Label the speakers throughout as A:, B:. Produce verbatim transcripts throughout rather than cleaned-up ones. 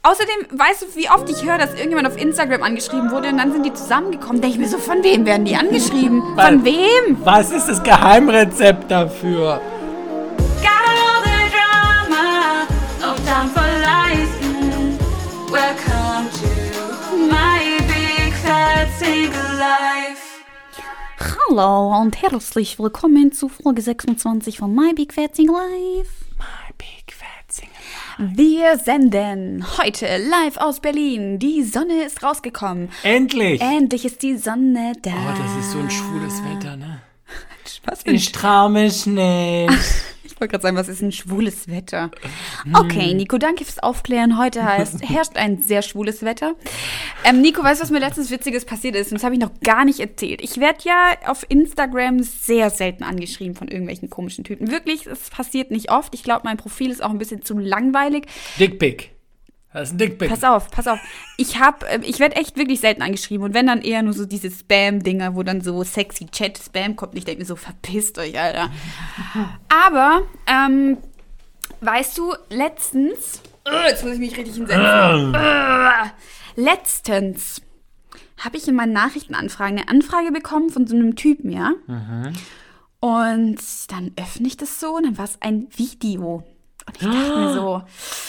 A: Außerdem, weißt du, wie oft ich höre, dass irgendjemand auf Instagram angeschrieben wurde und dann sind die zusammengekommen. Denke ich mir so, von wem werden die angeschrieben?
B: Was,
A: von wem?
B: Was ist das Geheimrezept dafür?
C: Got all the drama, no time for lies. Mm. Welcome to my big fat single life.
A: Hallo und herzlich willkommen zu Folge sechsundzwanzig von My Big Fat Single Life.
B: My Big Fat Single Life.
A: Wir senden heute live aus Berlin. Die Sonne ist rausgekommen.
B: Endlich!
A: Endlich ist die Sonne da.
B: Oh, das ist so ein schwules Wetter, ne?
A: Was für ein
B: Ich trau mich nicht.
A: Ich wollte gerade sagen, was ist ein schwules Wetter? Okay, Nico, danke fürs Aufklären. Heute heißt, herrscht ein sehr schwules Wetter. Ähm, Nico, weißt du, was mir letztens Witziges passiert ist? Und das habe ich noch gar nicht erzählt. Ich werde ja auf Instagram sehr selten angeschrieben von irgendwelchen komischen Typen. Wirklich, es passiert nicht oft. Ich glaube, mein Profil ist auch ein bisschen zu langweilig.
B: Dickpick. Das ist ein Dickpick.
A: Pass auf, pass auf. Ich hab, ich werde echt wirklich selten angeschrieben. Und wenn dann eher nur so diese Spam-Dinger, wo dann so sexy Chat-Spam kommt. Und ich denke mir so, verpisst euch, Alter. Aber, ähm, weißt du, letztens, uh, jetzt muss ich mich richtig hinsetzen. Uh, letztens habe ich in meinen Nachrichtenanfragen eine Anfrage bekommen von so einem Typen, ja. Mhm. Und dann öffne ich das so und dann war es ein Video. Und ich dachte mir so,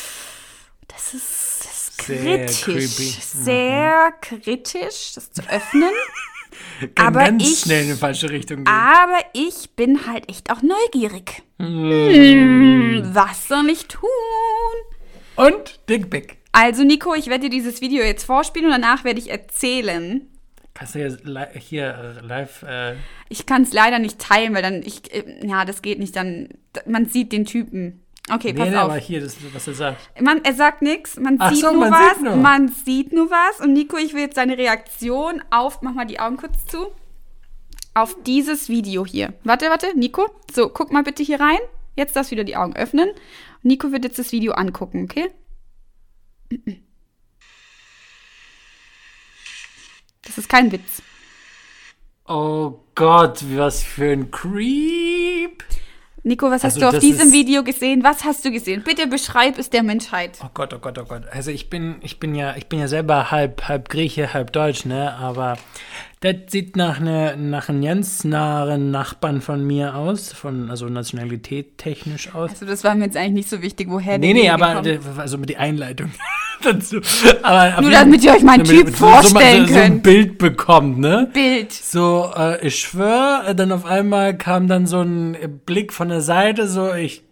A: das ist, das ist kritisch, sehr, sehr mhm. kritisch, das zu öffnen.
B: Kann
A: aber
B: ganz
A: ich,
B: schnell in die falsche Richtung gehen.
A: Aber ich bin halt echt auch neugierig. Mm. Hm, was soll ich tun?
B: Und Dickpick.
A: Also Nico, ich werde dir dieses Video jetzt vorspielen und danach werde ich erzählen.
B: Kannst du jetzt li- hier live... Äh
A: ich kann es leider nicht teilen, weil dann, ich, ja, das geht nicht, dann, man sieht den Typen. Okay,
B: nee,
A: pass
B: nee,
A: auf.
B: aber hier, das, was er sagt.
A: Man, er sagt nichts, man
B: Ach
A: sieht
B: so,
A: nur
B: man
A: was,
B: sieht nur.
A: man sieht nur was. Und Nico, ich will jetzt deine Reaktion auf, mach mal die Augen kurz zu, auf dieses Video hier. Warte, warte, Nico, so, guck mal bitte hier rein. Jetzt darfst du wieder die Augen öffnen. Nico wird jetzt das Video angucken, okay? Das ist kein Witz.
B: Oh Gott, was für ein Creep.
A: Nico, was hast
B: Also
A: du auf
B: das
A: diesem
B: ist-
A: Video gesehen? Was hast du gesehen? Bitte beschreib es der Menschheit.
B: Oh Gott, oh Gott, oh Gott. Also ich bin, ich bin ja, ich bin ja selber halb, halb Grieche, halb Deutsch, ne? Aber das sieht nach ne, nach einem ganz nahen Nachbarn von mir aus, von also Nationalität technisch aus.
A: Also das war mir jetzt eigentlich nicht so wichtig, woher
B: nee,
A: der
B: nee,
A: Video
B: aber
A: kommt.
B: der, also mit die Einleitung dazu. Aber auf
A: Nur
B: jeden-
A: damit ihr euch meinen
B: damit-
A: Typ
B: so- so-
A: vorstellen
B: so, so ein
A: könnt.
B: Bild bekommt, ne?
A: Bild.
B: So, äh, ich schwöre, dann auf einmal kam dann so ein Blick von der Seite, so, ich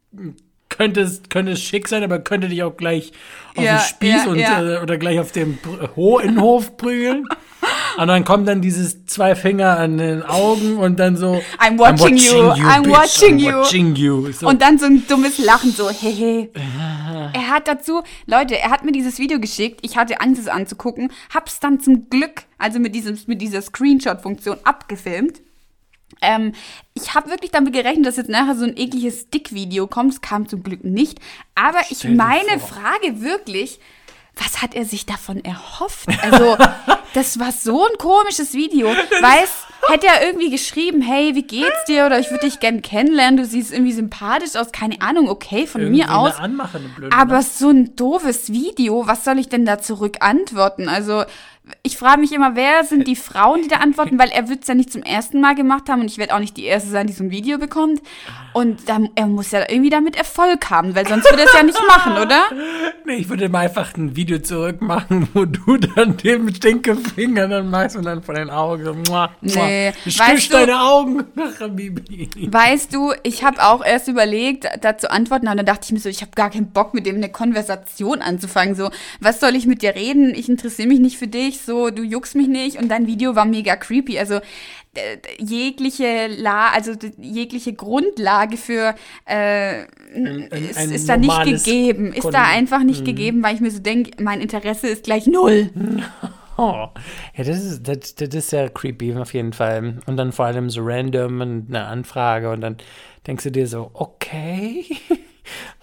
B: könnte es, könnte es schick sein, aber könnte dich auch gleich auf
A: Ja,
B: den Spieß
A: ja,
B: und,
A: ja.
B: Äh, oder gleich auf den Pr- Ho Innenhof prügeln. Und dann kommen dann dieses zwei Finger an den Augen und dann so
A: I'm watching you, I'm
B: bitch,
A: watching
B: I'm
A: you.
B: watching you. So.
A: Und dann so ein dummes Lachen, so, hehe. Er hat dazu, Leute, er hat mir dieses Video geschickt, ich hatte Angst, es anzugucken, hab's dann zum Glück, also mit, diesem, mit dieser Screenshot-Funktion abgefilmt. Ähm, ich habe wirklich damit gerechnet, dass jetzt nachher so ein ekliges Stick-Video kommt. Es kam zum Glück nicht. Aber ich
B: Stell dir
A: meine
B: vor.
A: Frage wirklich, was hat er sich davon erhofft? Also, das war so ein komisches Video. Weiß, hätte er irgendwie geschrieben, hey, wie geht's dir? Oder ich würde dich gern kennenlernen, du siehst irgendwie sympathisch aus. Keine Ahnung, okay, von
B: Irgendwie
A: mir aus.
B: eine Anmache, eine blöde,
A: Aber
B: ne?
A: so ein doofes Video, was soll ich denn da zurück antworten? Also, ich frage mich immer, wer sind die Frauen, die da antworten, weil er wird es ja nicht zum ersten Mal gemacht haben und ich werde auch nicht die Erste sein, die so ein Video bekommt. Und dann, er muss ja irgendwie damit Erfolg haben, weil sonst würde er es ja nicht machen, oder?
B: Nee, ich würde mal einfach ein Video zurückmachen, wo du dann den Stinkefinger dann machst und dann von den Augen so, muah, muah.
A: Nee,
B: Ich
A: weißt
B: küsse
A: du-
B: deine Augen. Ach, Habibi.
A: Weißt du, ich habe auch erst überlegt, da zu antworten, aber dann dachte ich mir so, ich habe gar keinen Bock, mit dem eine Konversation anzufangen. So, was soll ich mit dir reden? Ich interessiere mich nicht für dich, so, du juckst mich nicht. Und dein Video war mega creepy. Also d- d- jegliche La, also d- jegliche Grundlage für äh, ist,
B: ein
A: ist da nicht
B: normales
A: gegeben. Ist
B: Kon-
A: da einfach nicht gegeben, weil ich mir so denke, mein Interesse ist gleich null.
B: Oh. Ja, das ist, das, das ist sehr creepy auf jeden Fall. Und dann vor allem so random und eine Anfrage und dann denkst du dir so, okay,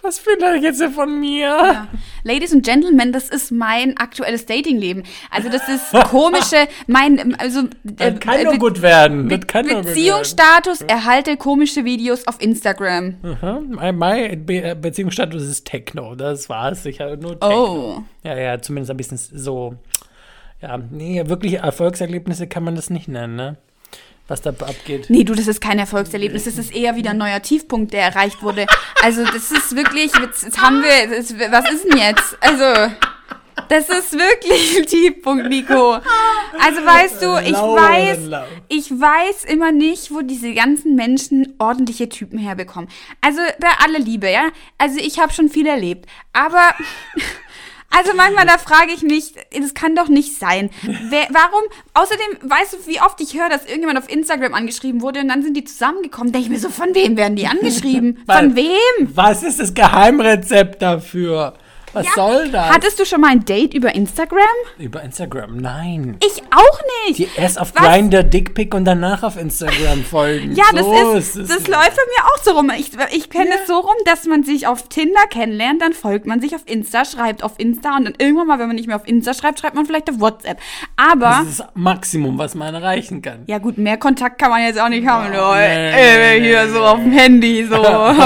B: Was will er jetzt von mir?
A: Ja. Ladies and Gentlemen, das ist mein aktuelles Datingleben. Also das ist komische, mein, also
B: Das kann nur gut werden. Das kann nur gut werden.
A: Beziehungsstatus, erhalte komische Videos auf Instagram.
B: Aha. Mein, mein Be Beziehungsstatus ist Techno, das war's. Ich habe nur Techno.
A: Oh.
B: Ja, ja, zumindest ein bisschen so, ja, nee, wirklich Erfolgserlebnisse kann man das nicht nennen, ne? Was da abgeht.
A: Nee, du, das ist kein Erfolgserlebnis. Das ist eher wieder ein neuer Tiefpunkt, der erreicht wurde. Also, das ist wirklich, jetzt, jetzt haben wir, das, was ist denn jetzt? Also, das ist wirklich ein Tiefpunkt, Nico. Also, weißt du, ich weiß, ich weiß immer nicht, wo diese ganzen Menschen ordentliche Typen herbekommen. Also, bei aller Liebe, ja. Also, ich habe schon viel erlebt. Aber... Also manchmal, da frage ich mich, das kann doch nicht sein. Wer, warum? Außerdem, weißt du, wie oft ich höre, dass irgendjemand auf Instagram angeschrieben wurde und dann sind die zusammengekommen. Denke ich mir so, von wem werden die angeschrieben? Von wem?
B: Was ist das Geheimrezept dafür? Was ja, soll das?
A: Hattest du schon mal ein Date über Instagram?
B: Über Instagram? Nein.
A: Ich auch nicht.
B: Die erst auf Grindr Dickpic und danach auf Instagram folgen.
A: Ja, das,
B: so
A: ist, ist das ist läuft bei mir auch so rum. Ich, ich kenne es ja. so rum, dass man sich auf Tinder kennenlernt, dann folgt man sich auf Insta, schreibt auf Insta und dann irgendwann mal, wenn man nicht mehr auf Insta schreibt, schreibt man vielleicht auf WhatsApp. Aber...
B: Das ist das Maximum, was man erreichen kann.
A: Ja gut, mehr Kontakt kann man jetzt auch nicht haben.
B: Oh, nee,
A: äh,
B: nee,
A: hier
B: nee,
A: so
B: nee.
A: auf dem Handy, so.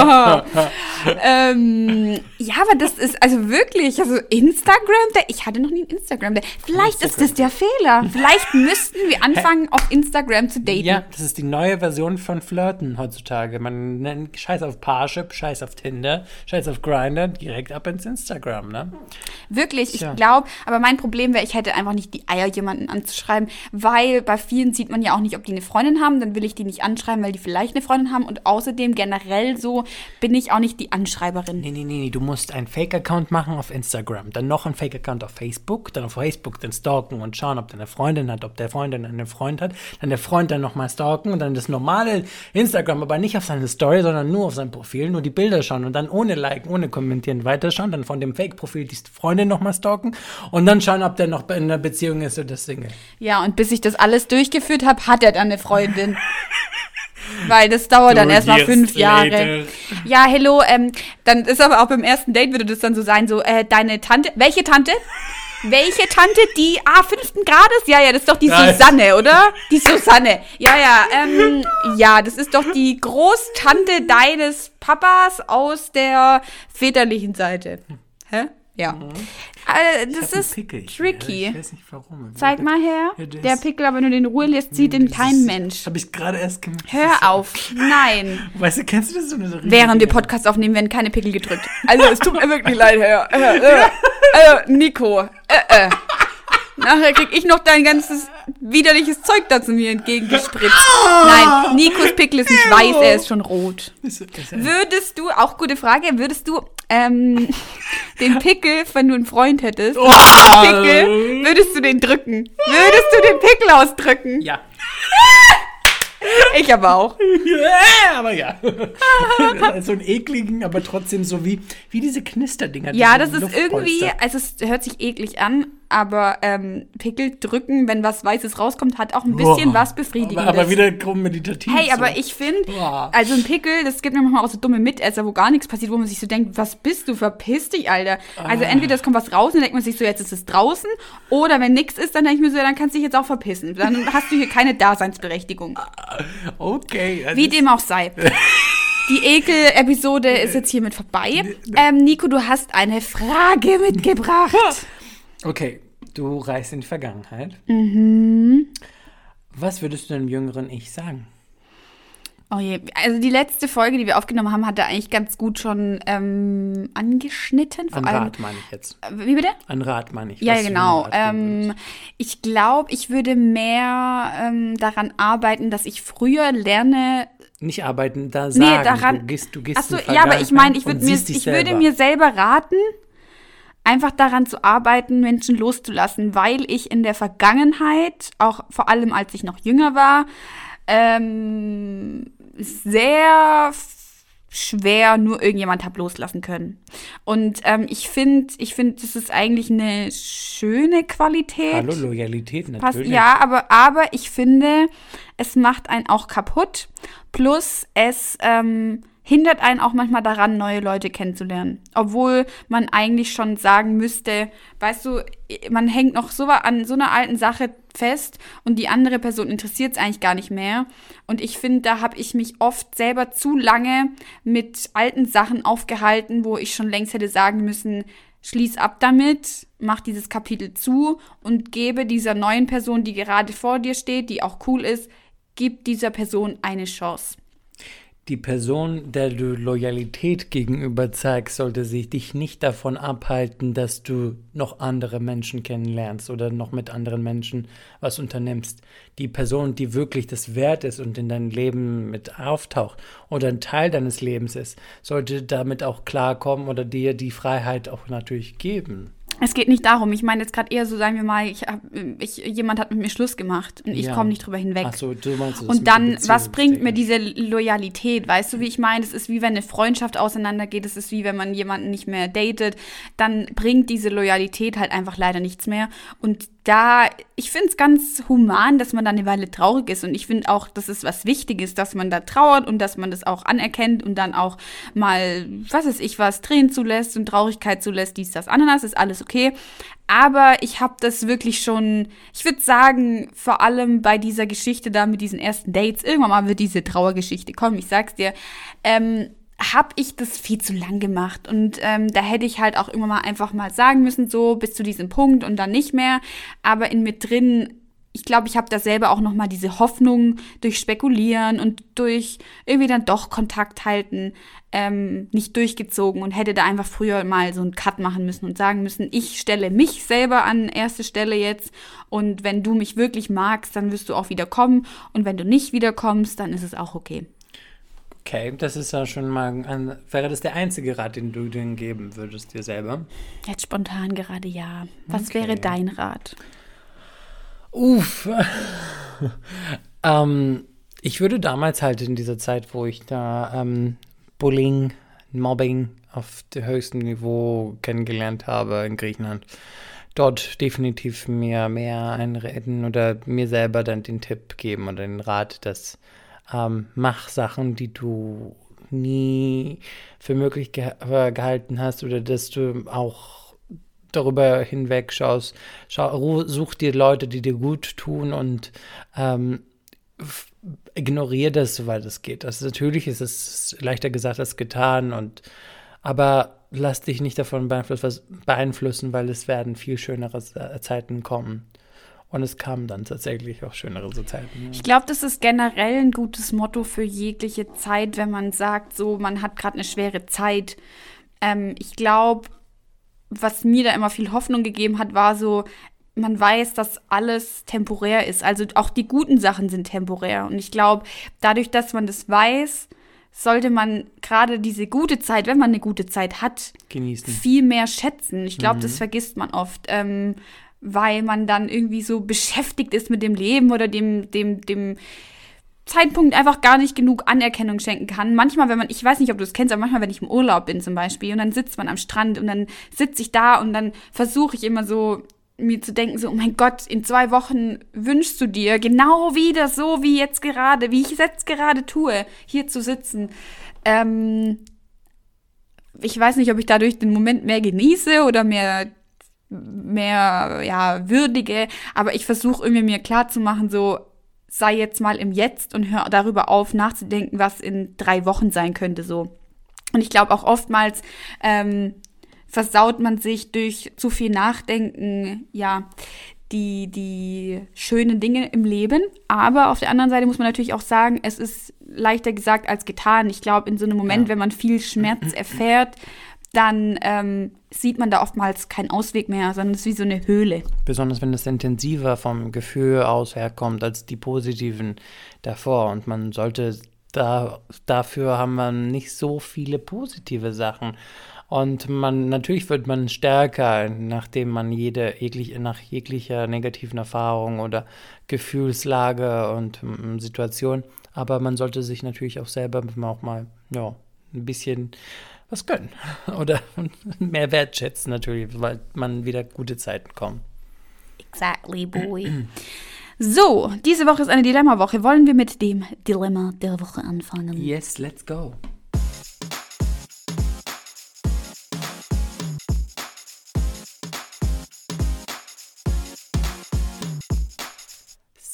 A: ähm, ja, aber das ist also wirklich, also Instagram, ich hatte noch nie ein Instagram. Vielleicht Instagram. ist das der Fehler. Vielleicht müssten wir anfangen, auf Instagram zu daten.
B: Ja, das ist die neue Version von Flirten heutzutage. Man nennt Scheiß auf Parship, Scheiß auf Tinder, Scheiß auf Grindr, direkt ab ins Instagram, ne?
A: Wirklich,
B: Tja.
A: ich glaube, aber mein Problem wäre, ich hätte einfach nicht die Eier, jemanden anzuschreiben, weil bei vielen sieht man ja auch nicht, ob die eine Freundin haben, dann will ich die nicht anschreiben, weil die vielleicht eine Freundin haben und außerdem generell so bin ich auch nicht die Anschreiberin.
B: Nee, nee, nee, nee. Du musst einen Fake-Account machen auf Instagram, dann noch einen Fake-Account auf Facebook, dann auf Facebook dann stalken und schauen, ob der eine Freundin hat, ob der Freundin einen Freund hat, dann der Freund dann nochmal stalken und dann das normale Instagram, aber nicht auf seine Story, sondern nur auf sein Profil, nur die Bilder schauen und dann ohne liken, ohne kommentieren weiterschauen, dann von dem Fake-Profil die Freundin nochmal stalken und dann schauen, ob der noch in einer Beziehung ist oder Single.
A: Ja, und bis ich das alles durchgeführt habe, hat er dann eine Freundin. Weil das dauert dann erstmal fünf Jahre. Later. Ja, hello, ähm, dann ist aber auch beim ersten Date würde das dann so sein, so, äh, deine Tante, welche Tante? Welche Tante, die, ah, fünften Grades? Ja, ja, das ist doch die ja, Susanne, oder? Die Susanne. Ja, ja, ähm, ja, das ist doch die Großtante deines Papas aus der väterlichen Seite. Hä? Ja. Mhm. Also, das ist tricky.
B: Ich weiß nicht warum.
A: Zeig mal her. Ja, der Pickel, aber wenn du den in Ruhe lässt, sieht den kein Mensch.
B: Habe ich gerade erst gemacht.
A: Hör auf. Nein.
B: Weißt du, kennst du das so eine so
A: Während wir Podcast aufnehmen, werden keine Pickel gedrückt. Also, es tut mir wirklich leid, Herr. Äh, äh, äh, Nico. Äh, äh. Nachher krieg ich noch dein ganzes widerliches Zeug da zu mir entgegengespritzt. Nein, Nikos Pickel ist nicht weiß, er ist schon rot. Würdest du, auch gute Frage, würdest du ähm, den Pickel, wenn du einen Freund hättest, den Pickel, würdest du den drücken? Würdest du den Pickel ausdrücken?
B: Ja.
A: Ich aber auch.
B: Ja, aber ja. So einen ekligen, aber trotzdem so wie, wie diese Knisterdinger.
A: Ja, das ist irgendwie, also es hört sich eklig an, aber ähm, Pickel drücken, wenn was Weißes rauskommt, hat auch ein bisschen
B: Boah.
A: was Befriedigendes.
B: Aber, aber wieder krumm meditativ.
A: Hey,
B: so.
A: aber ich finde, also ein Pickel, das gibt mir manchmal auch so dumme Mitesser, wo gar nichts passiert, wo man sich so denkt, was bist du, verpiss dich, Alter. Also ah. entweder es kommt was raus, dann denkt man sich so, jetzt ist es draußen, oder wenn nichts ist, dann denke ich mir so, ja, dann kannst du dich jetzt auch verpissen. Dann hast du hier keine Daseinsberechtigung.
B: Okay. Also
A: wie dem auch sei. Die Ekel-Episode ist jetzt hiermit vorbei. Ähm, Nico, du hast eine Frage mitgebracht.
B: Okay, du reist in die Vergangenheit.
A: Mhm.
B: Was würdest du deinem jüngeren Ich sagen?
A: Oh je, also die letzte Folge, die wir aufgenommen haben, hat er eigentlich ganz gut schon ähm, angeschnitten.
B: Vor An allem, Rat meine ich jetzt.
A: Wie bitte?
B: An Rat meine ich.
A: Ja, genau. Ähm, ich glaube, ich würde mehr ähm, daran arbeiten, dass ich früher lerne.
B: Nicht arbeiten, da sagen.
A: Nee, daran.
B: Du gehst, du gehst
A: Achso, ja, aber ich meine, ich, würd mir, ich würde mir selber raten, einfach daran zu arbeiten, Menschen loszulassen, weil ich in der Vergangenheit, auch vor allem als ich noch jünger war, ähm, sehr f- schwer nur irgendjemand hab loslassen können. Und ähm, ich finde, ich finde, das ist eigentlich eine schöne Qualität.
B: Hallo, Loyalität natürlich.
A: Passt, ja, aber, aber ich finde, es macht einen auch kaputt. Plus es ähm, hindert einen auch manchmal daran, neue Leute kennenzulernen. Obwohl man eigentlich schon sagen müsste, weißt du, man hängt noch so an so einer alten Sache fest und die andere Person interessiert es eigentlich gar nicht mehr. Und ich finde, da habe ich mich oft selber zu lange mit alten Sachen aufgehalten, wo ich schon längst hätte sagen müssen, schließ ab damit, mach dieses Kapitel zu und gebe dieser neuen Person, die gerade vor dir steht, die auch cool ist, gib dieser Person eine Chance.
B: Die Person, der du Loyalität gegenüber zeigst, sollte sich dich nicht davon abhalten, dass du noch andere Menschen kennenlernst oder noch mit anderen Menschen was unternimmst. Die Person, die wirklich das wert ist und in dein Leben mit auftaucht oder ein Teil deines Lebens ist, sollte damit auch klarkommen oder dir die Freiheit auch natürlich geben.
A: Es geht nicht darum, ich meine jetzt gerade eher so, sagen wir mal, ich hab, ich, jemand hat mit mir Schluss gemacht und ich
B: Ja.
A: komme nicht drüber hinweg.
B: Ach so, du meinst das mit
A: Und dann,
B: der
A: was bringt mir
B: Beziehungsding.
A: diese Loyalität? Weißt du, wie ich meine? Es ist wie wenn eine Freundschaft auseinandergeht, es ist wie wenn man jemanden nicht mehr datet, dann bringt diese Loyalität halt einfach leider nichts mehr. Und da, ich finde es ganz human, dass man da eine Weile traurig ist und ich finde auch, das ist was Wichtiges, dass man da trauert und dass man das auch anerkennt und dann auch mal, was weiß ich was, Tränen zulässt und Traurigkeit zulässt, dies, das, Ananas, ist alles okay. Aber ich habe das wirklich schon, ich würde sagen, vor allem bei dieser Geschichte da mit diesen ersten Dates, irgendwann mal wird diese Trauergeschichte kommen, ich sag's dir, ähm, habe ich das viel zu lang gemacht und ähm, da hätte ich halt auch irgendwann mal einfach mal sagen müssen, so bis zu diesem Punkt und dann nicht mehr, aber in mir drin, ich glaube, ich habe da selber auch nochmal diese Hoffnung durch Spekulieren und durch irgendwie dann doch Kontakt halten ähm, nicht durchgezogen und hätte da einfach früher mal so einen Cut machen müssen und sagen müssen, ich stelle mich selber an erste Stelle jetzt und wenn du mich wirklich magst, dann wirst du auch wieder kommen und wenn du nicht wiederkommst, dann ist es auch okay.
B: Okay, das ist ja schon mal, ein, wäre das der einzige Rat, den du denen geben würdest, dir selber?
A: Jetzt spontan gerade ja. Was
B: Okay.
A: wäre dein Rat?
B: Uff. ähm, ich würde damals halt in dieser Zeit, wo ich da ähm, Bullying, Mobbing auf dem höchsten Niveau kennengelernt habe in Griechenland, dort definitiv mir mehr einreden oder mir selber dann den Tipp geben oder den Rat, dass ähm, mach Sachen, die du nie für möglich ge äh, gehalten hast oder dass du auch darüber hinweg schaust. Schau, such dir Leute, die dir gut tun und ähm, ignoriere das, soweit es geht. Also natürlich ist es leichter gesagt als getan, und aber lass dich nicht davon beeinflussen, beeinflussen, weil es werden viel schönere Zeiten kommen. Und es kamen dann tatsächlich auch schönere Zeiten.
A: Ich glaube, das ist generell ein gutes Motto für jegliche Zeit, wenn man sagt, so, man hat gerade eine schwere Zeit. Ähm, ich glaube, was mir da immer viel Hoffnung gegeben hat, war so, man weiß, dass alles temporär ist. Also auch die guten Sachen sind temporär. Und ich glaube, dadurch, dass man das weiß, sollte man gerade diese gute Zeit, wenn man eine gute Zeit hat,
B: genießen.
A: Viel mehr schätzen. Ich glaube,
B: Mhm.
A: das vergisst man oft, ähm, weil man dann irgendwie so beschäftigt ist mit dem Leben oder dem, dem, dem Zeitpunkt einfach gar nicht genug Anerkennung schenken kann. Manchmal, wenn man, ich weiß nicht, ob du das kennst, aber manchmal, wenn ich im Urlaub bin zum Beispiel und dann sitzt man am Strand und dann sitze ich da und dann versuche ich immer so, mir zu denken, so, oh mein Gott, in zwei Wochen wünschst du dir genau wieder so, wie jetzt gerade, wie ich es jetzt gerade tue, hier zu sitzen. Ähm, ich weiß nicht, ob ich dadurch den Moment mehr genieße oder mehr, mehr, ja, würdige, aber ich versuche irgendwie mir klarzumachen, so, sei jetzt mal im Jetzt und hör darüber auf, nachzudenken, was in drei Wochen sein könnte, so. Und ich glaube auch oftmals, ähm, versaut man sich durch zu viel Nachdenken, ja, die, die schönen Dinge im Leben. Aber auf der anderen Seite muss man natürlich auch sagen, es ist leichter gesagt als getan. Ich glaube, in so einem Moment,
B: Ja.
A: wenn man viel Schmerz erfährt, dann ähm, sieht man da oftmals keinen Ausweg mehr, sondern es ist wie so eine Höhle.
B: Besonders wenn es intensiver vom Gefühl aus herkommt als die positiven davor. Und man sollte da, dafür haben wir nicht so viele positive Sachen. Und man, natürlich wird man stärker, nachdem man jede, jeglich, nach jeglicher negativen Erfahrung oder Gefühlslage und mm, Situation, aber man sollte sich natürlich auch selber auch mal, ja, ein bisschen was gönnen oder mehr wertschätzen natürlich, weil man wieder gute Zeiten kommen.
A: Exactly, boy. So, diese Woche ist eine Dilemma-Woche. Wollen wir mit dem Dilemma der Woche anfangen?
B: Yes, let's go.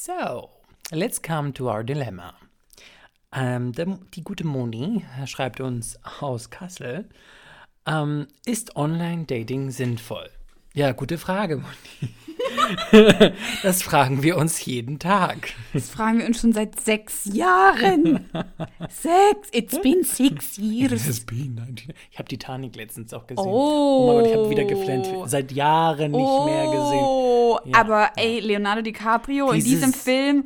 B: So, let's come to our dilemma. Ähm, der, die gute Moni schreibt uns aus Kassel, ähm, ist Online-Dating sinnvoll? Ja, gute Frage, Moni. Das fragen wir uns jeden Tag.
A: Das fragen wir uns schon seit sechs Jahren. Sechs, it's been six years.
B: It's been nineteen. Ich habe Titanic letztens auch gesehen.
A: Oh,
B: oh mein Gott, ich habe wieder geflennt. Seit Jahren nicht
A: oh,
B: mehr gesehen.
A: Ja, aber ey, Leonardo DiCaprio
B: Dieses,
A: in diesem Film,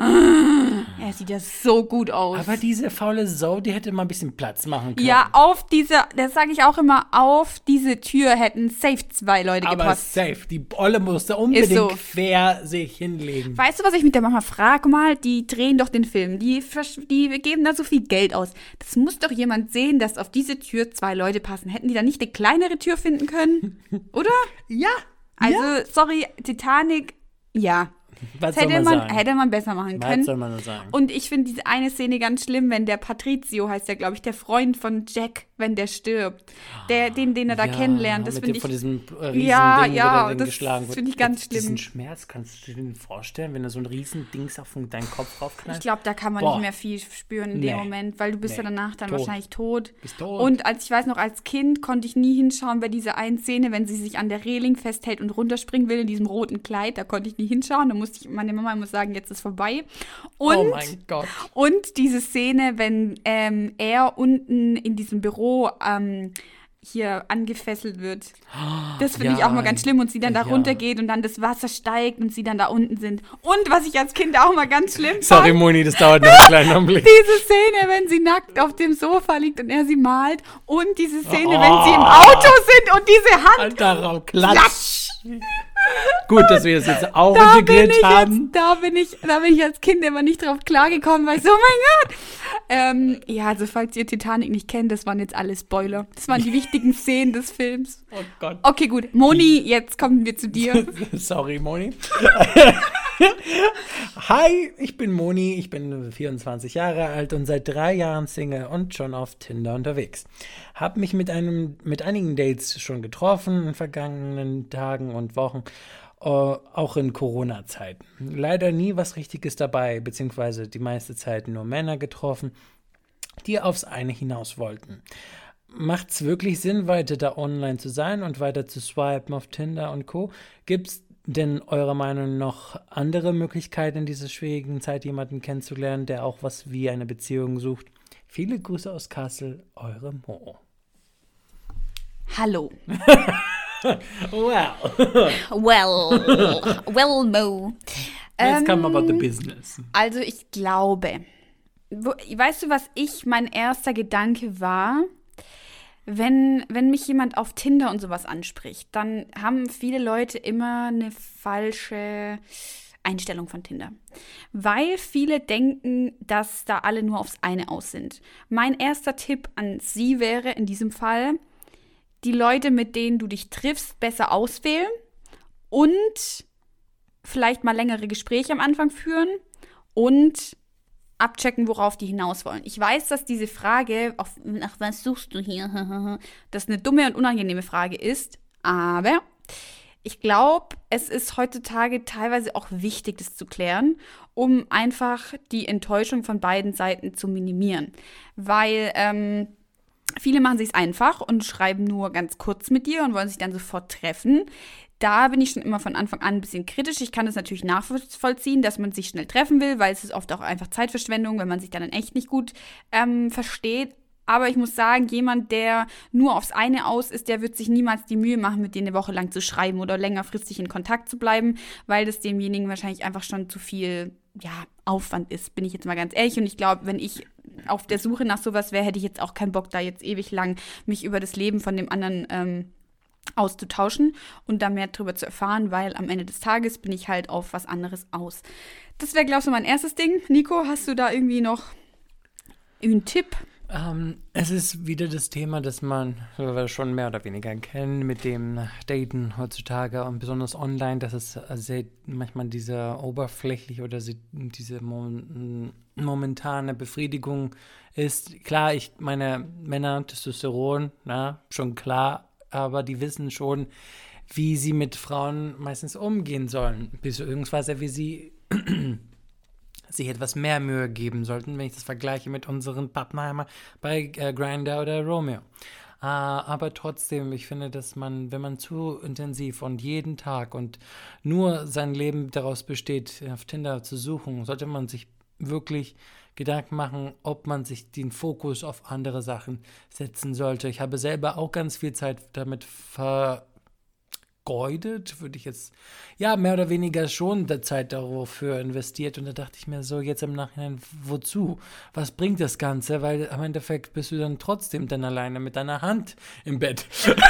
A: er sieht ja so gut aus.
B: Aber diese faule Sau, die hätte mal ein bisschen Platz machen können.
A: Ja, auf diese, das sage ich auch immer, auf diese Tür hätten safe zwei Leute
B: aber
A: gepasst.
B: safe, die Olle musste unbedingt
A: so.
B: quer sich hinlegen.
A: Weißt du, was ich mit der Mama frage? Mal, die drehen doch den Film, die, die geben da so viel Geld aus. Das muss doch jemand sehen, dass auf diese Tür zwei Leute passen. Hätten die da nicht eine kleinere Tür finden können? Oder?
B: Ja.
A: Also,
B: ja.
A: sorry, Titanic, ja.
B: Was
A: Das
B: soll
A: hätte
B: man
A: man,
B: sagen?
A: hätte man besser machen
B: Was
A: können.
B: soll man nur sagen?
A: Und ich finde diese eine Szene ganz schlimm, wenn der Patrizio, heißt der, glaube ich, der Freund von Jack, wenn der stirbt. Der, den, den er da
B: Ja,
A: kennenlernt. Das
B: mit
A: finde
B: dem-
A: ich.
B: Von diesem äh, riesen
A: Ja,
B: Ding,
A: ja,
B: wo der Ding
A: das
B: geschlagen wird.
A: finde ich ganz
B: Diesen
A: schlimm.
B: Schmerz, kannst du dir den vorstellen, wenn du so ein riesen Dings auf deinen Kopf raufknallt?
A: Ich glaube, da kann man
B: Boah.
A: nicht mehr viel spüren in
B: Nee.
A: dem Moment, weil du bist
B: Nee.
A: ja danach dann
B: Tot.
A: wahrscheinlich tot.
B: Bist tot.
A: Und als ich weiß noch, als Kind konnte ich nie hinschauen bei dieser einen Szene, wenn sie sich an der Reling festhält und runterspringen will in diesem roten Kleid. Da konnte ich nie hinschauen. Da musste ich meine Mama immer sagen, jetzt ist vorbei. Und,
B: oh mein Gott.
A: und diese Szene, wenn ähm, er unten in diesem Büro ähm, hier angefesselt wird. Das finde
B: Ja,
A: ich auch mal ganz schlimm und sie dann da
B: ja.
A: runtergeht und dann das Wasser steigt und sie dann da unten sind. Und was ich als Kind auch mal ganz schlimm
B: Sorry,
A: fand,
B: Moni, das dauert noch einen kleinen Augenblick.
A: diese Szene, wenn sie nackt auf dem Sofa liegt und er sie malt und diese Szene,
B: Oh.
A: wenn sie im Auto sind und diese Hand.
B: Darauf klatsch. Gut, dass wir das jetzt auch
A: Da bin,
B: integriert
A: ich
B: haben.
A: jetzt, da, bin ich, da bin ich als Kind immer nicht drauf klargekommen, weil ich so, oh mein Gott. Ähm, ja, also falls ihr Titanic nicht kennt, das waren jetzt alle Spoiler. Das waren die wichtigen Szenen des Films.
B: Oh Gott.
A: Okay, gut. Moni, jetzt kommen wir zu dir.
B: Sorry, Moni. Hi, ich bin Moni, ich bin vierundzwanzig Jahre alt und seit drei Jahren Single und schon auf Tinder unterwegs. Hab mich mit einem, mit einigen Dates schon getroffen in den vergangenen Tagen und Wochen, äh, auch in Corona-Zeiten. Leider nie was Richtiges dabei, beziehungsweise die meiste Zeit nur Männer getroffen, die aufs eine hinaus wollten. Macht's wirklich Sinn, weiter da online zu sein und weiter zu swipen auf Tinder und Co.? Gibt's denn eurer Meinung nach noch andere Möglichkeiten in dieser schwierigen Zeit, jemanden kennenzulernen, der auch was wie eine Beziehung sucht? Viele Grüße aus Kassel, eure Mo.
A: Hallo.
B: Well,
A: Well, well, Mo.
B: let's come
A: Ähm,
B: about the business.
A: Also ich glaube, wo, weißt du, was ich, mein erster Gedanke war? Wenn, wenn mich jemand auf Tinder und sowas anspricht, dann haben viele Leute immer eine falsche Einstellung von Tinder. Weil viele denken, dass da alle nur aufs eine aus sind. Mein erster Tipp an Sie wäre in diesem Fall, die Leute, mit denen du dich triffst, besser auswählen und vielleicht mal längere Gespräche am Anfang führen und abchecken, worauf die hinaus wollen. Ich weiß, dass diese Frage, auf, nach was suchst du hier, das eine dumme und unangenehme Frage ist, aber ich glaube, es ist heutzutage teilweise auch wichtig, das zu klären, um einfach die Enttäuschung von beiden Seiten zu minimieren. Weil ähm, viele machen sich einfach und schreiben nur ganz kurz mit dir und wollen sich dann sofort treffen. Da bin ich schon immer von Anfang an ein bisschen kritisch. Ich kann das natürlich nachvollziehen, dass man sich schnell treffen will, weil es ist oft auch einfach Zeitverschwendung, wenn man sich dann echt nicht gut ähm, versteht. Aber ich muss sagen, jemand, der nur aufs eine aus ist, der wird sich niemals die Mühe machen, mit denen eine Woche lang zu schreiben oder längerfristig in Kontakt zu bleiben, weil das demjenigen wahrscheinlich einfach schon zu viel ja, Aufwand ist, bin ich jetzt mal ganz ehrlich. Und ich glaube, wenn ich auf der Suche nach sowas wäre, hätte ich jetzt auch keinen Bock, da jetzt ewig lang mich über das Leben von dem anderen ähm, auszutauschen und da mehr drüber zu erfahren, weil am Ende des Tages bin ich halt auf was anderes aus. Das wäre, glaube ich, so mein erstes Ding. Nico, hast du da irgendwie noch einen Tipp?
B: Ähm, es ist wieder das Thema, das man äh, schon mehr oder weniger kennt mit dem Daten heutzutage und besonders online, dass es äh, sehr, manchmal diese oberflächlich oder sie, diese mom- momentane Befriedigung ist. Klar, ich meine, Männer, Testosteron, na, schon klar, aber die wissen schon, wie sie mit Frauen meistens umgehen sollen, beziehungsweise wie sie sich etwas mehr Mühe geben sollten, wenn ich das vergleiche mit unseren Pappenheimer bei äh, Grindr oder Romeo. Äh, aber trotzdem, ich finde, dass man, wenn man zu intensiv und jeden Tag und nur sein Leben daraus besteht, auf Tinder zu suchen, sollte man sich wirklich Gedanken machen, ob man sich den Fokus auf andere Sachen setzen sollte. Ich habe selber auch ganz viel Zeit damit vergeudet, würde ich jetzt, ja, mehr oder weniger schon der Zeit dafür investiert. Und da dachte ich mir so, jetzt im Nachhinein, wozu? Was bringt das Ganze? Weil im Endeffekt bist du dann trotzdem dann alleine mit deiner Hand im Bett.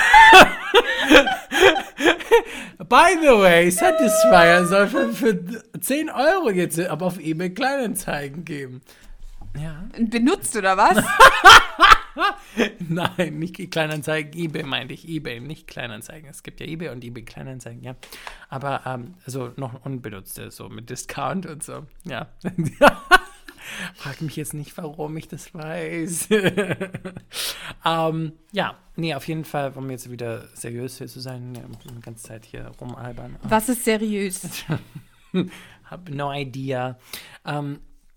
B: By the way, Satisfyer soll für, für zehn Euro jetzt aber auf eBay Kleinanzeigen geben. Ja.
A: Benutzt oder was?
B: Nein, nicht Kleinanzeigen, eBay meinte ich, eBay, nicht Kleinanzeigen. Es gibt ja eBay und eBay Kleinanzeigen, ja. Aber ähm, also noch unbenutzte, so mit Discount und so, ja. Frag mich jetzt nicht, warum ich das weiß. ähm, ja, nee, auf jeden Fall, um jetzt wieder seriös hier zu sein, die ganze Zeit hier rumalbern.
A: Was ist seriös?
B: Hab no idea. Ähm,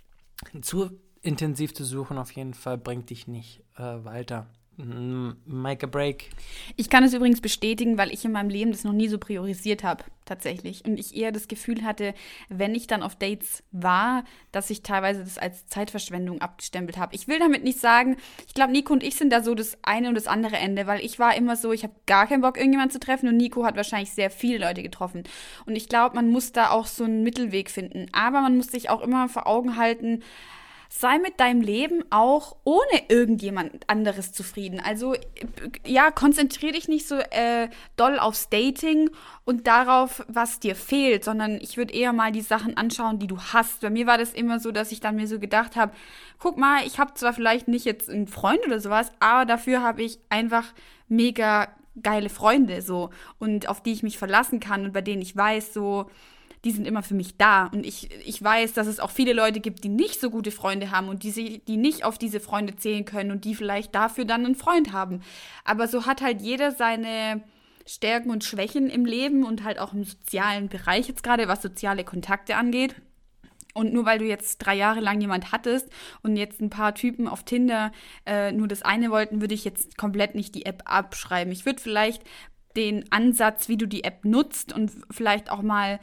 B: zu intensiv zu suchen auf jeden Fall bringt dich nicht äh, weiter. Make a break.
A: Ich kann es übrigens bestätigen, weil ich in meinem Leben das noch nie so priorisiert habe, tatsächlich. Und ich eher das Gefühl hatte, wenn ich dann auf Dates war, dass ich teilweise das als Zeitverschwendung abgestempelt habe. Ich will damit nicht sagen, ich glaube, Nico und ich sind da so das eine und das andere Ende, weil ich war immer so, ich habe gar keinen Bock, irgendjemanden zu treffen und Nico hat wahrscheinlich sehr viele Leute getroffen. Und ich glaube, man muss da auch so einen Mittelweg finden. Aber man muss sich auch immer vor Augen halten, sei mit deinem Leben auch ohne irgendjemand anderes zufrieden. Also, ja, konzentriere dich nicht so äh, doll aufs Dating und darauf, was dir fehlt, sondern ich würde eher mal die Sachen anschauen, die du hast. Bei mir war das immer so, dass ich dann mir so gedacht habe, guck mal, ich habe zwar vielleicht nicht jetzt einen Freund oder sowas, aber dafür habe ich einfach mega geile Freunde so und auf die ich mich verlassen kann und bei denen ich weiß, so, die sind immer für mich da. Und ich, ich weiß, dass es auch viele Leute gibt, die nicht so gute Freunde haben und die, sie, die nicht auf diese Freunde zählen können und die vielleicht dafür dann einen Freund haben. Aber so hat halt jeder seine Stärken und Schwächen im Leben und halt auch im sozialen Bereich jetzt gerade, was soziale Kontakte angeht. Und nur weil du jetzt drei Jahre lang jemand hattest und jetzt ein paar Typen auf Tinder äh, nur das eine wollten, würde ich jetzt komplett nicht die App abschreiben. Ich würde vielleicht den Ansatz, wie du die App nutzt und vielleicht auch mal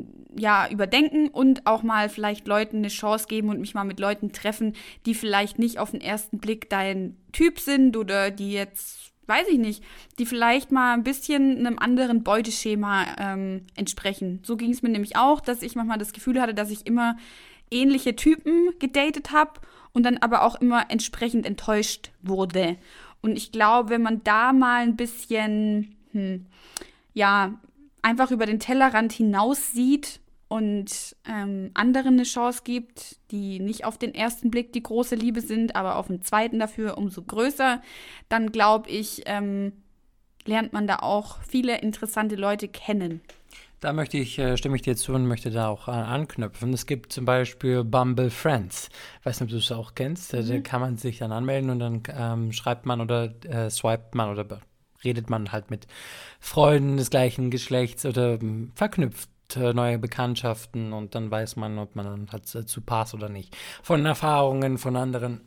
A: ja überdenken und auch mal vielleicht Leuten eine Chance geben und mich mal mit Leuten treffen, die vielleicht nicht auf den ersten Blick dein Typ sind oder die jetzt, weiß ich nicht, die vielleicht mal ein bisschen einem anderen Beuteschema ähm, entsprechen. So ging es mir nämlich auch, dass ich manchmal das Gefühl hatte, dass ich immer ähnliche Typen gedatet habe und dann aber auch immer entsprechend enttäuscht wurde. Und ich glaube, wenn man da mal ein bisschen Hm. ja, einfach über den Tellerrand hinaus sieht und ähm, anderen eine Chance gibt, die nicht auf den ersten Blick die große Liebe sind, aber auf den zweiten dafür umso größer, dann glaube ich, ähm, lernt man da auch viele interessante Leute kennen.
B: Da möchte ich, äh, stimme ich dir zu und möchte da auch äh, anknüpfen. Es gibt zum Beispiel Bumble Friends. Ich weiß nicht, ob du es auch kennst. Mhm. Da kann man sich dann anmelden und dann ähm, schreibt man oder äh, swipet man oder redet man halt mit Freunden des gleichen Geschlechts oder ähm, verknüpft äh, neue Bekanntschaften und dann weiß man, ob man dann halt dazu passt oder nicht. Von Erfahrungen von anderen,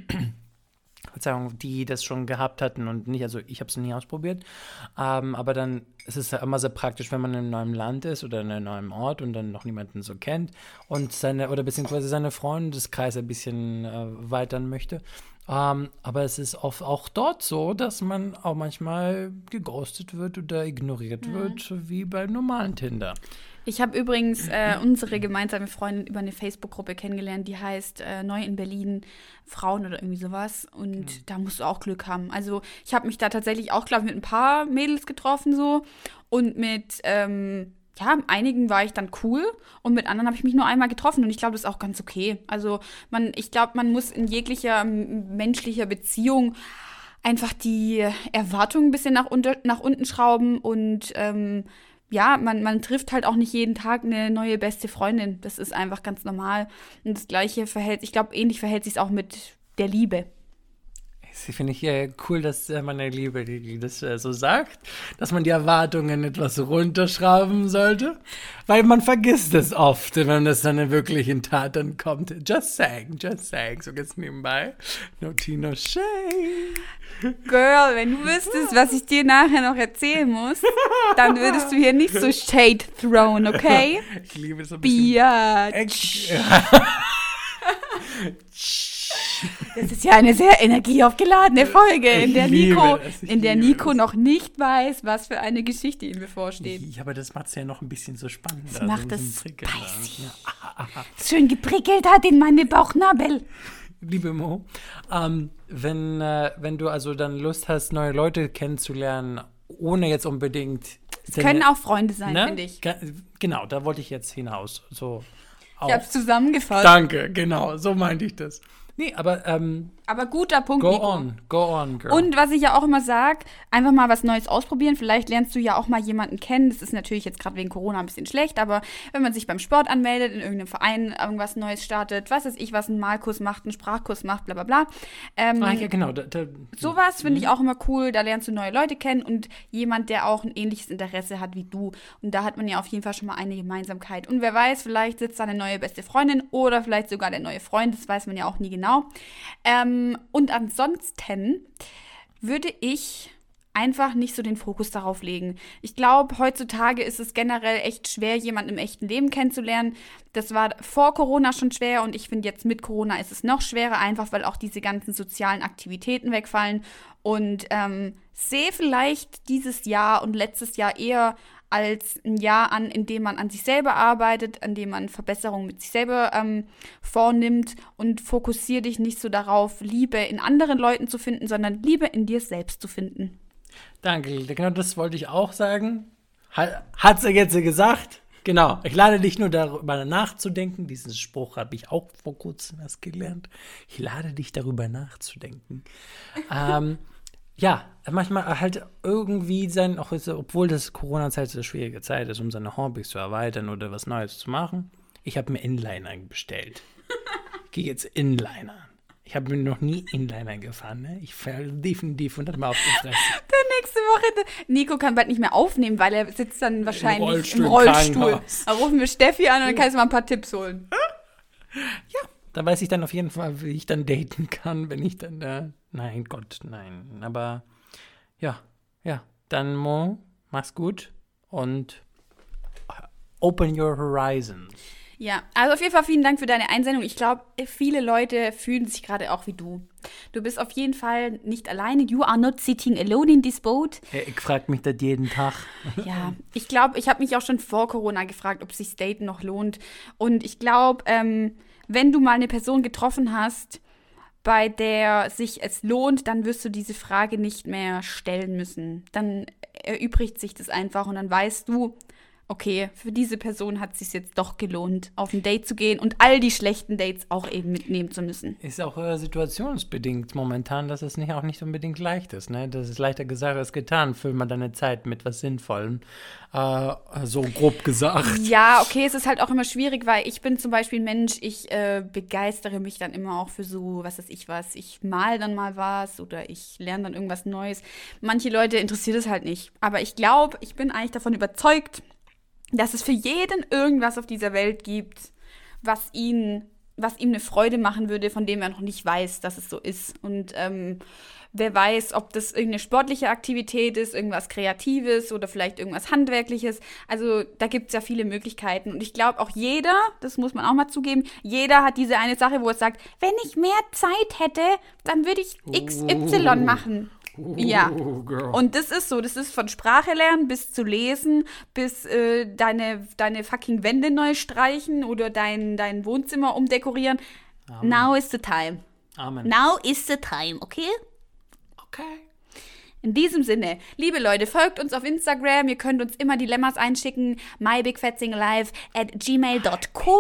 B: Verzeihung, die das schon gehabt hatten und nicht, also ich habe es nie ausprobiert, ähm, aber dann ist es ja immer sehr praktisch, wenn man in einem neuen Land ist oder in einem neuen Ort und dann noch niemanden so kennt und seine, oder beziehungsweise seine Freundeskreis ein bisschen äh, weitern möchte. Um, aber es ist oft auch dort so, dass man auch manchmal geghostet wird oder ignoriert mhm. wird, wie beim normalen Tinder.
A: Ich habe übrigens äh, unsere gemeinsame Freundin über eine Facebook-Gruppe kennengelernt, die heißt äh, Neu in Berlin Frauen oder irgendwie sowas. Und mhm. da musst du auch Glück haben. Also ich habe mich da tatsächlich auch, glaube ich, mit ein paar Mädels getroffen so und mit ähm, ja, einigen war ich dann cool und mit anderen habe ich mich nur einmal getroffen und ich glaube, das ist auch ganz okay. Also man, ich glaube, man muss in jeglicher menschlicher Beziehung einfach die Erwartungen ein bisschen nach, unter, nach unten schrauben und ähm, ja, man, man trifft halt auch nicht jeden Tag eine neue beste Freundin. Das ist einfach ganz normal und das Gleiche verhält, ich glaube, ähnlich verhält sich es auch mit der Liebe.
B: Das finde ich äh, cool, dass äh, meine Liebe die, die das äh, so sagt, dass man die Erwartungen etwas runterschrauben sollte, weil man vergisst es oft, wenn das dann wirklich in Tat dann kommt. Just saying, just saying, so geht's nebenbei. No tea, no shame.
A: Girl, wenn du wüsstest, was ich dir nachher noch erzählen muss, dann würdest du hier nicht so Shade thrown, okay?
B: Ich liebe es ein bisschen.
A: Biatch.
B: Ex-
A: Das ist ja eine sehr energieaufgeladene Folge, in der
B: Ich liebe
A: Nico,
B: das, ich
A: in der
B: liebe
A: Nico
B: das.
A: noch nicht weiß, was für eine Geschichte ihm bevorsteht.
B: Ja, aber das macht es ja noch ein bisschen so spannend.
A: Das macht es
B: Prickeln.
A: spicy.
B: Ja.
A: Schön geprickelt hat in meine Bauchnabel.
B: Liebe Mo, ähm, wenn, äh, wenn du also dann Lust hast, neue Leute kennenzulernen, ohne jetzt unbedingt...
A: Es können auch Freunde sein,
B: ne?
A: finde ich.
B: Ge- Genau, da wollte ich jetzt hinaus. So,
A: Ich habe es zusammengefasst.
B: Danke, genau, so meinte ich das. Nee, aber ähm,
A: Aber guter Punkt,
B: go
A: Nico.
B: on, go on, girl.
A: Und was ich ja auch immer sage, einfach mal was Neues ausprobieren. Vielleicht lernst du ja auch mal jemanden kennen. Das ist natürlich jetzt gerade wegen Corona ein bisschen schlecht, aber wenn man sich beim Sport anmeldet, in irgendeinem Verein irgendwas Neues startet, was weiß ich, was einen Malkurs macht, einen Sprachkurs macht, bla bla bla. Ähm,
B: ah, ja, genau. Da, da,
A: Sowas finde ich auch immer cool. Da lernst du neue Leute kennen und jemand, der auch ein ähnliches Interesse hat wie du. Und da hat man ja auf jeden Fall schon mal eine Gemeinsamkeit. Und wer weiß, vielleicht sitzt da eine neue beste Freundin oder vielleicht sogar der neue Freund. Das weiß man ja auch nie genau. Ähm, und ansonsten würde ich einfach nicht so den Fokus darauf legen. Ich glaube, heutzutage ist es generell echt schwer, jemanden im echten Leben kennenzulernen. Das war vor Corona schon schwer und ich finde jetzt mit Corona ist es noch schwerer, einfach weil auch diese ganzen sozialen Aktivitäten wegfallen. Und ähm, sehe vielleicht dieses Jahr und letztes Jahr eher als ein Jahr an, in dem man an sich selber arbeitet, an dem man Verbesserungen mit sich selber ähm, vornimmt und fokussiere dich nicht so darauf, Liebe in anderen Leuten zu finden, sondern Liebe in dir selbst zu finden.
B: Danke, genau das wollte ich auch sagen. Hat, hat sie jetzt gesagt? Genau, ich lade dich nur darüber nachzudenken. Diesen Spruch habe ich auch vor kurzem erst gelernt. Ich lade dich darüber nachzudenken. ähm, ja, manchmal halt irgendwie sein, auch ist, obwohl das Corona-Zeit so eine schwierige Zeit ist, um seine Hobbys zu erweitern oder was Neues zu machen. Ich habe mir Inliner bestellt. Ich gehe jetzt Inliner. Ich habe mir noch nie Inliner gefahren, ne? Ich fahre definitiv und dann mal auf die Fresse.
A: Der nächste Woche, Nico kann bald nicht mehr aufnehmen, weil er sitzt dann wahrscheinlich
B: Rollstuhl,
A: im Rollstuhl.
B: Krankenhaus.
A: Da rufen wir Steffi an und dann kannst du mal ein paar Tipps holen.
B: Ja, da weiß ich dann auf jeden Fall, wie ich dann daten kann, wenn ich dann, äh, nein, Gott, nein. Aber ja, ja, dann Mo, mach's gut und open your horizons.
A: Ja, also auf jeden Fall vielen Dank für deine Einsendung. Ich glaube, viele Leute fühlen sich gerade auch wie du. Du bist auf jeden Fall nicht alleine. You are not sitting alone in this boat.
B: Ja, ich frage mich das jeden Tag.
A: Ja, ich glaube, ich habe mich auch schon vor Corona gefragt, ob sich Daten noch lohnt. Und ich glaube, ähm, wenn du mal eine Person getroffen hast, bei der sich es lohnt, dann wirst du diese Frage nicht mehr stellen müssen. Dann erübrigt sich das einfach und dann weißt du, okay, für diese Person hat es sich jetzt doch gelohnt, auf ein Date zu gehen und all die schlechten Dates auch eben mitnehmen zu müssen.
B: Ist auch äh, situationsbedingt momentan, dass es nicht, auch nicht unbedingt leicht ist. Ne? Das ist leichter gesagt als getan. Füll mal deine Zeit mit was Sinnvollem. Äh, so grob gesagt.
A: Ja, okay, es ist halt auch immer schwierig, weil ich bin zum Beispiel ein Mensch, ich äh, begeistere mich dann immer auch für so, was weiß ich was. Ich mal dann mal was oder ich lerne dann irgendwas Neues. Manche Leute interessiert es halt nicht. Aber ich glaube, ich bin eigentlich davon überzeugt, dass es für jeden irgendwas auf dieser Welt gibt, was ihn, was ihm eine Freude machen würde, von dem er noch nicht weiß, dass es so ist. Und ähm, wer weiß, ob das irgendeine sportliche Aktivität ist, irgendwas Kreatives oder vielleicht irgendwas Handwerkliches. Also da gibt es ja viele Möglichkeiten. Und ich glaube auch jeder, das muss man auch mal zugeben, jeder hat diese eine Sache, wo er sagt, wenn ich mehr Zeit hätte, dann würde ich X Y machen. Ja, und das ist so, das ist von Sprache lernen bis zu lesen, bis äh, deine, deine fucking Wände neu streichen oder dein, dein Wohnzimmer umdekorieren.
B: Amen.
A: Now is the time.
B: Amen.
A: Now is the time, okay?
B: Okay.
A: In diesem Sinne, liebe Leute, folgt uns auf Instagram. Ihr könnt uns immer Dilemmas einschicken. mybigfetzinglive at gmail dot com.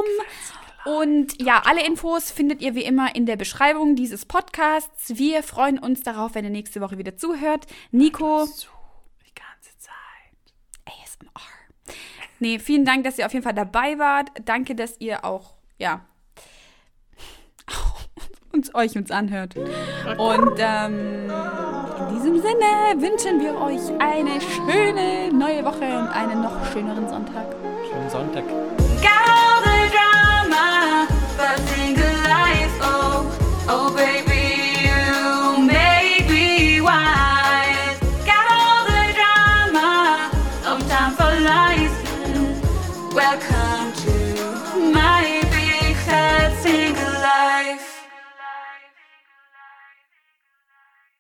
A: Und ja, alle Infos findet ihr wie immer in der Beschreibung dieses Podcasts. Wir freuen uns darauf, wenn ihr nächste Woche wieder zuhört. Nico.
B: So, die ganze Zeit.
A: A S M R. Nee, vielen Dank, dass ihr auf jeden Fall dabei wart. Danke, dass ihr auch, ja, uns uns, euch uns anhört. Und ähm, in diesem Sinne wünschen wir euch eine schöne neue Woche und einen noch schöneren Sonntag.
B: Schönen Sonntag.
C: Got all the drama, but single life, oh, oh baby, you make me wise. Got all the drama, no time for lies. Welcome.